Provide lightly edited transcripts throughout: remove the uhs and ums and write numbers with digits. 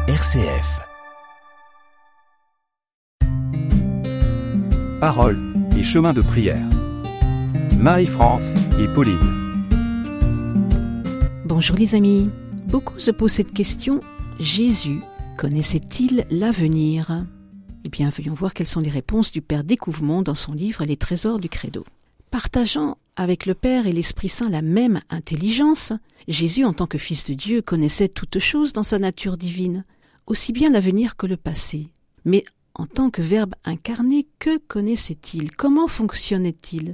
RCF. Paroles et chemins de prière. Marie-France et Pauline. Bonjour les amis. Beaucoup se posent cette question, Jésus connaissait-il l'avenir ? Eh bien, veuillons voir quelles sont les réponses du Père Découvement dans son livre Les trésors du Credo. Partageant avec le Père et l'Esprit Saint la même intelligence, Jésus, en tant que Fils de Dieu, connaissait toutes choses dans sa nature divine, aussi bien l'avenir que le passé. Mais en tant que Verbe incarné, que connaissait-il ? Comment fonctionnait-il ?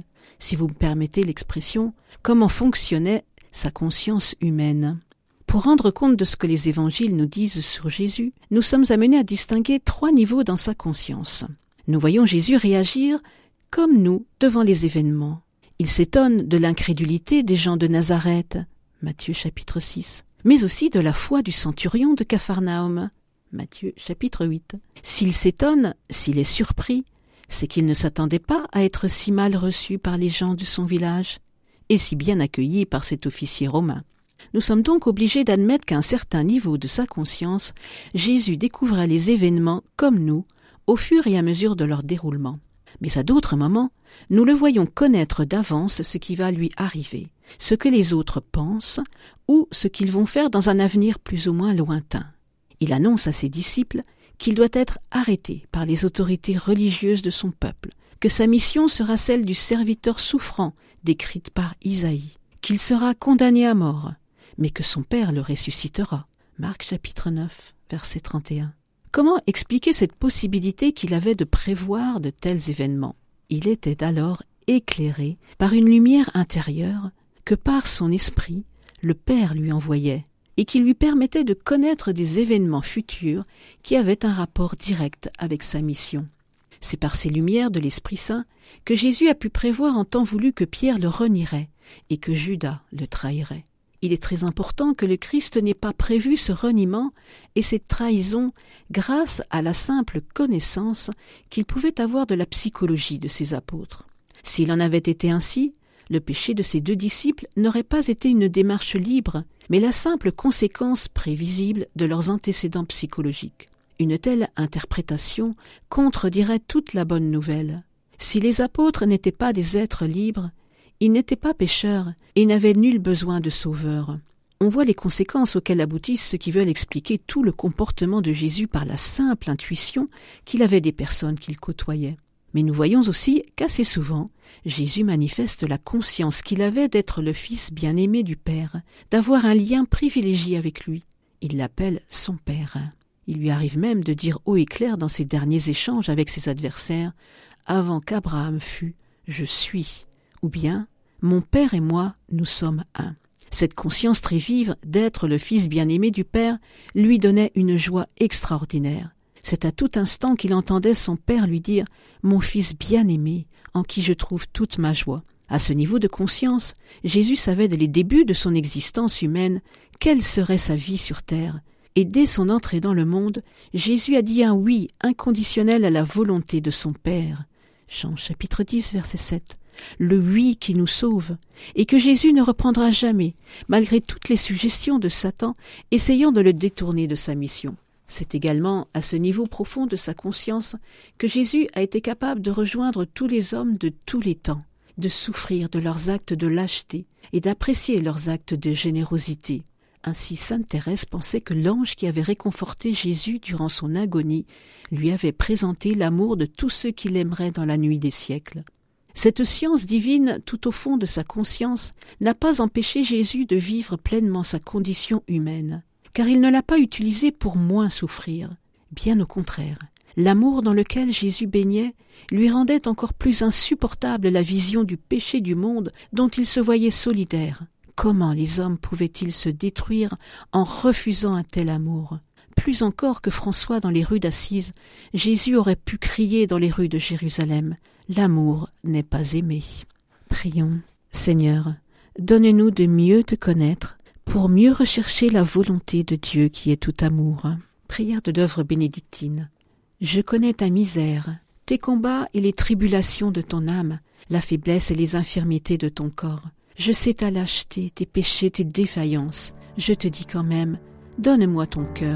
Si vous me permettez l'expression, comment fonctionnait sa conscience humaine ? Pour rendre compte de ce que les évangiles nous disent sur Jésus, nous sommes amenés à distinguer 3 niveaux dans sa conscience. Nous voyons Jésus réagir comme nous devant les événements. Il s'étonne de l'incrédulité des gens de Nazareth, Matthieu chapitre 6, mais aussi de la foi du centurion de Capharnaüm, Matthieu chapitre 8. S'il s'étonne, s'il est surpris, c'est qu'il ne s'attendait pas à être si mal reçu par les gens de son village et si bien accueilli par cet officier romain. Nous sommes donc obligés d'admettre qu'à un certain niveau de sa conscience, Jésus découvrait les événements comme nous, au fur et à mesure de leur déroulement. Mais à d'autres moments, nous le voyons connaître d'avance ce qui va lui arriver, ce que les autres pensent ou ce qu'ils vont faire dans un avenir plus ou moins lointain. Il annonce à ses disciples qu'il doit être arrêté par les autorités religieuses de son peuple, que sa mission sera celle du serviteur souffrant décrite par Isaïe, qu'il sera condamné à mort, mais que son Père le ressuscitera. Marc chapitre 9, verset 31. Comment expliquer cette possibilité qu'il avait de prévoir de tels événements ? Il était alors éclairé par une lumière intérieure que par son esprit, le Père lui envoyait et qui lui permettait de connaître des événements futurs qui avaient un rapport direct avec sa mission. C'est par ces lumières de l'Esprit Saint que Jésus a pu prévoir en temps voulu que Pierre le renierait et que Judas le trahirait. Il est très important que le Christ n'ait pas prévu ce reniement et cette trahison grâce à la simple connaissance qu'il pouvait avoir de la psychologie de ses apôtres. S'il en avait été ainsi, le péché de ses 2 disciples n'aurait pas été une démarche libre, mais la simple conséquence prévisible de leurs antécédents psychologiques. Une telle interprétation contredirait toute la bonne nouvelle. Si les apôtres n'étaient pas des êtres libres, ils n'étaient pas pécheurs et n'avaient nul besoin de sauveur. On voit les conséquences auxquelles aboutissent ceux qui veulent expliquer tout le comportement de Jésus par la simple intuition qu'il avait des personnes qu'il côtoyait. Mais nous voyons aussi qu'assez souvent, Jésus manifeste la conscience qu'il avait d'être le Fils bien-aimé du Père, d'avoir un lien privilégié avec lui. Il l'appelle son Père. Il lui arrive même de dire haut et clair dans ses derniers échanges avec ses adversaires « Avant qu'Abraham fût, je suis » ou bien « Mon Père et moi, nous sommes un ». Cette conscience très vive d'être le Fils bien-aimé du Père lui donnait une joie extraordinaire. C'est à tout instant qu'il entendait son Père lui dire « Mon Fils bien-aimé, en qui je trouve toute ma joie ». À ce niveau de conscience, Jésus savait dès les débuts de son existence humaine quelle serait sa vie sur terre. Et dès son entrée dans le monde, Jésus a dit un oui inconditionnel à la volonté de son Père. Jean chapitre 10, verset 7. Le oui qui nous sauve, et que Jésus ne reprendra jamais, malgré toutes les suggestions de Satan, essayant de le détourner de sa mission. C'est également à ce niveau profond de sa conscience que Jésus a été capable de rejoindre tous les hommes de tous les temps, de souffrir de leurs actes de lâcheté et d'apprécier leurs actes de générosité. Ainsi, sainte Thérèse pensait que l'ange qui avait réconforté Jésus durant son agonie lui avait présenté l'amour de tous ceux qui l'aimeraient dans la nuit des siècles. Cette science divine, tout au fond de sa conscience, n'a pas empêché Jésus de vivre pleinement sa condition humaine, car il ne l'a pas utilisée pour moins souffrir. Bien au contraire, l'amour dans lequel Jésus baignait lui rendait encore plus insupportable la vision du péché du monde dont il se voyait solidaire. Comment les hommes pouvaient-ils se détruire en refusant un tel amour ? Plus encore que François dans les rues d'Assise, Jésus aurait pu crier dans les rues de Jérusalem « L'amour n'est pas aimé ». Prions. Seigneur, donne-nous de mieux te connaître pour mieux rechercher la volonté de Dieu qui est tout amour. Prière de l'œuvre bénédictine. Je connais ta misère, tes combats et les tribulations de ton âme, la faiblesse et les infirmités de ton corps. Je sais ta lâcheté, tes péchés, tes défaillances. Je te dis quand même, donne-moi ton cœur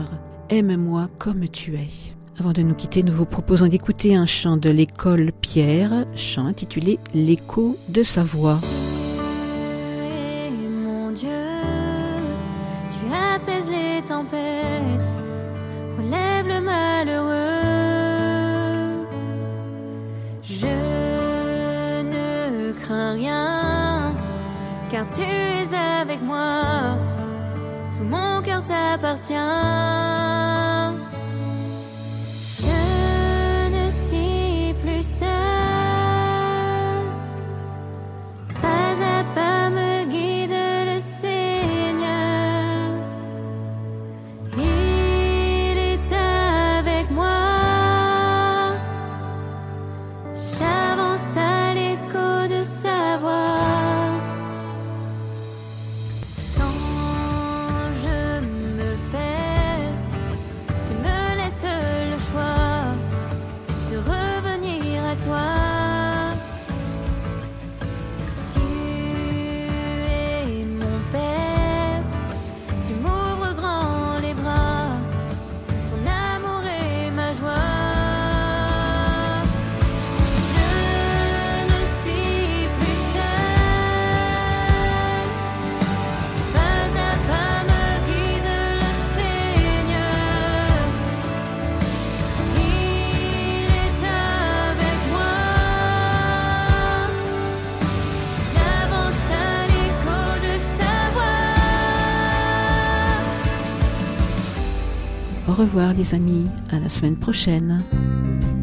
aime-moi comme tu es. Avant de nous quitter, nous vous proposons d'écouter un chant de l'école Pierre, chant intitulé L'écho de sa voix. Mon Dieu, tu apaises les tempêtes, relève le malheureux. Je ne crains rien, car tu es avec moi, tout mon cœur t'appartient. Je ne suis plus seule, pas à pas me guide le Seigneur. Il est avec moi, j'avance à l'écho de sa voix. Quand je me perds, tu me laisses le choix de revenir à toi. Tu es mon Père, tu m'ouvres grand les bras, ton amour est ma joie. Je ne suis plus seule, pas à pas me guide le Seigneur. Il est avec moi, j'avance à l'écho de sa voix. Au revoir les amis, à la semaine prochaine.